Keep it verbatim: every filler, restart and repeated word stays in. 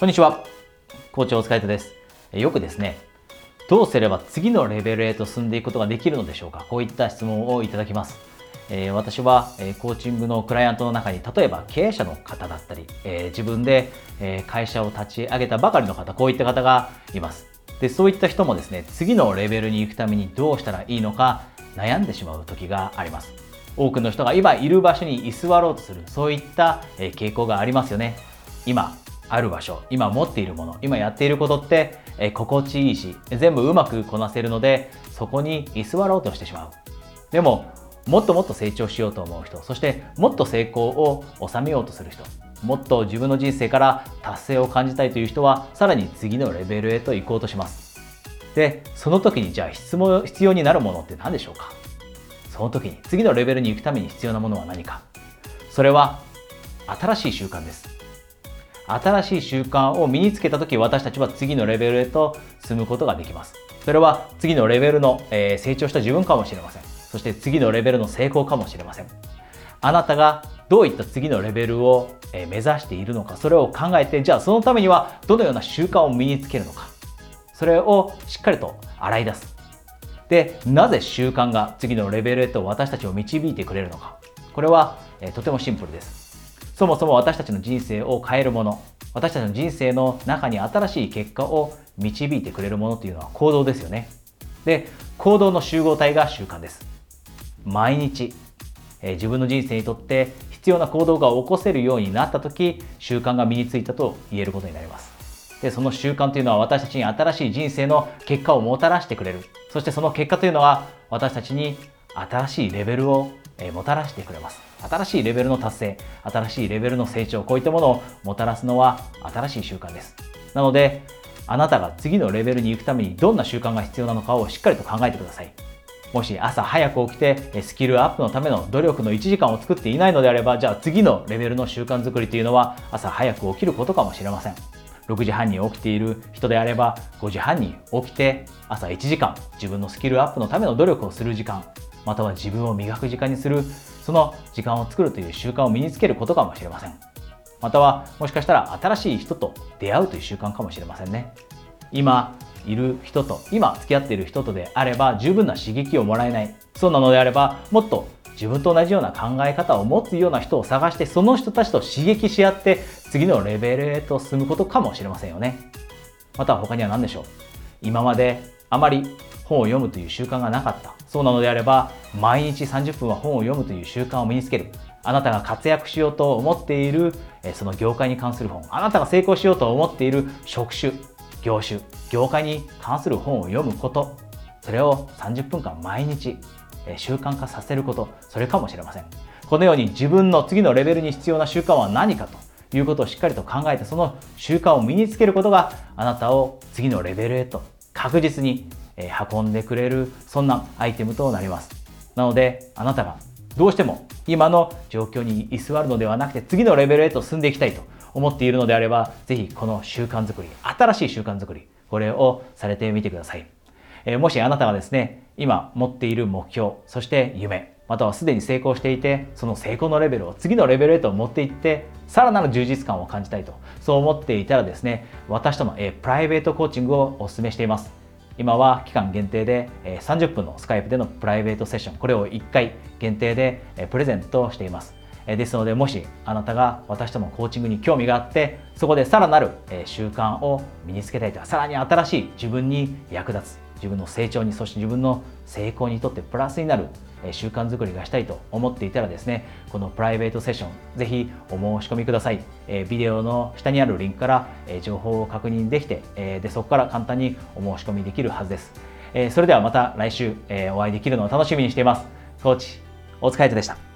こんにちは。コーチ大塚愛斗です。よくですね、どうすれば次のレベルへと進んでいくことができるのでしょうか。こういった質問をいただきます。えー、私は、えー、コーチングのクライアントの中に、例えば経営者の方だったり、えー、自分で、えー、会社を立ち上げたばかりの方、こういった方がいます。で、そういった人もですね、次のレベルに行くためにどうしたらいいのか悩んでしまう時があります。多くの人が今いる場所に居座ろうとする、そういった、えー、傾向がありますよね。今ある場所、今持っているもの、今やっていることって、えー、心地いいし、全部うまくこなせるので、そこに居座ろうとしてしまう。でも、もっともっと成長しようと思う人、そしてもっと成功を収めようとする人、もっと自分の人生から達成を感じたいという人は、さらに次のレベルへと行こうとします。で、その時にじゃあ必要必要になるものって何でしょうか。その時に次のレベルに行くために必要なものは何か。それは新しい習慣です。新しい習慣を身につけた時、私たちは次のレベルへと進むことができます。それは次のレベルの、えー、成長した自分かもしれません。そして次のレベルの成功かもしれません。あなたがどういった次のレベルを目指しているのか、それを考えて、じゃあそのためにはどのような習慣を身につけるのか、それをしっかりと洗い出す。で、なぜ習慣が次のレベルへと私たちを導いてくれるのか。これは、えー、とてもシンプルです。そもそも私たちの人生を変えるもの、私たちの人生の中に新しい結果を導いてくれるものというのは行動ですよね。で、行動の集合体が習慣です。毎日、えー、自分の人生にとって必要な行動が起こせるようになったとき、習慣が身についたと言えることになります。で、その習慣というのは私たちに新しい人生の結果をもたらしてくれる。そしてその結果というのは私たちに新しいレベルをもたらしてくれます。新しいレベルの達成、新しいレベルの成長、こういったものをもたらすのは新しい習慣です。なので、あなたが次のレベルに行くためにどんな習慣が必要なのかをしっかりと考えてください。もし朝早く起きてスキルアップのための努力のいちじかんを作っていないのであれば、じゃあ次のレベルの習慣作りというのは朝早く起きることかもしれません。ろくじはんに起きている人であれば、ごじはんに起きて朝いちじかん自分のスキルアップのための努力をする時間、または自分を磨く時間にする、その時間を作るという習慣を身につけることかもしれません。またはもしかしたら新しい人と出会うという習慣かもしれませんね。今いる人と、今付き合っている人とであれば十分な刺激をもらえない。そうなのであれば、もっと自分と同じような考え方を持つような人を探して、その人たちと刺激し合って次のレベルへと進むことかもしれませんよね。または他には何でしょう。今まであまり本を読むという習慣がなかった。そうなのであれば、毎日さんじゅっぷんは本を読むという習慣を身につける。あなたが活躍しようと思っているその業界に関する本、あなたが成功しようと思っている職種、業種、業界に関する本を読むこと、それをさんじゅっぷんかん毎日習慣化させること、それかもしれません。このように自分の次のレベルに必要な習慣は何かということをしっかりと考えて、その習慣を身につけることがあなたを次のレベルへと確実に運んでくれる、そんなアイテムとなります。なので、あなたがどうしても今の状況に居座るのではなくて、次のレベルへと進んでいきたいと思っているのであれば、ぜひこの習慣づくり、新しい習慣づくり、これをされてみてください。えー、もしあなたがですね、今持っている目標、そして夢、またはすでに成功していて、その成功のレベルを次のレベルへと持っていって、さらなる充実感を感じたいと、そう思っていたらですね、私との、えー、プライベートコーチングをお勧めしています。今は期間限定でさんじゅっぷんのスカイプでのプライベートセッション、これをいっかい限定でプレゼントしています。ですので、もしあなたが私とのコーチングに興味があって、そこでさらなる習慣を身につけたいとか、さらに新しい自分に役立つ、自分の成長に、そして自分の成功にとってプラスになる習慣づくりがしたいと思っていたらですね、このプライベートセッション、ぜひお申し込みください。ビデオの下にあるリンクから情報を確認できて、でそこから簡単にお申し込みできるはずです。それではまた来週お会いできるのを楽しみにしています。コーチ大塚愛斗でした。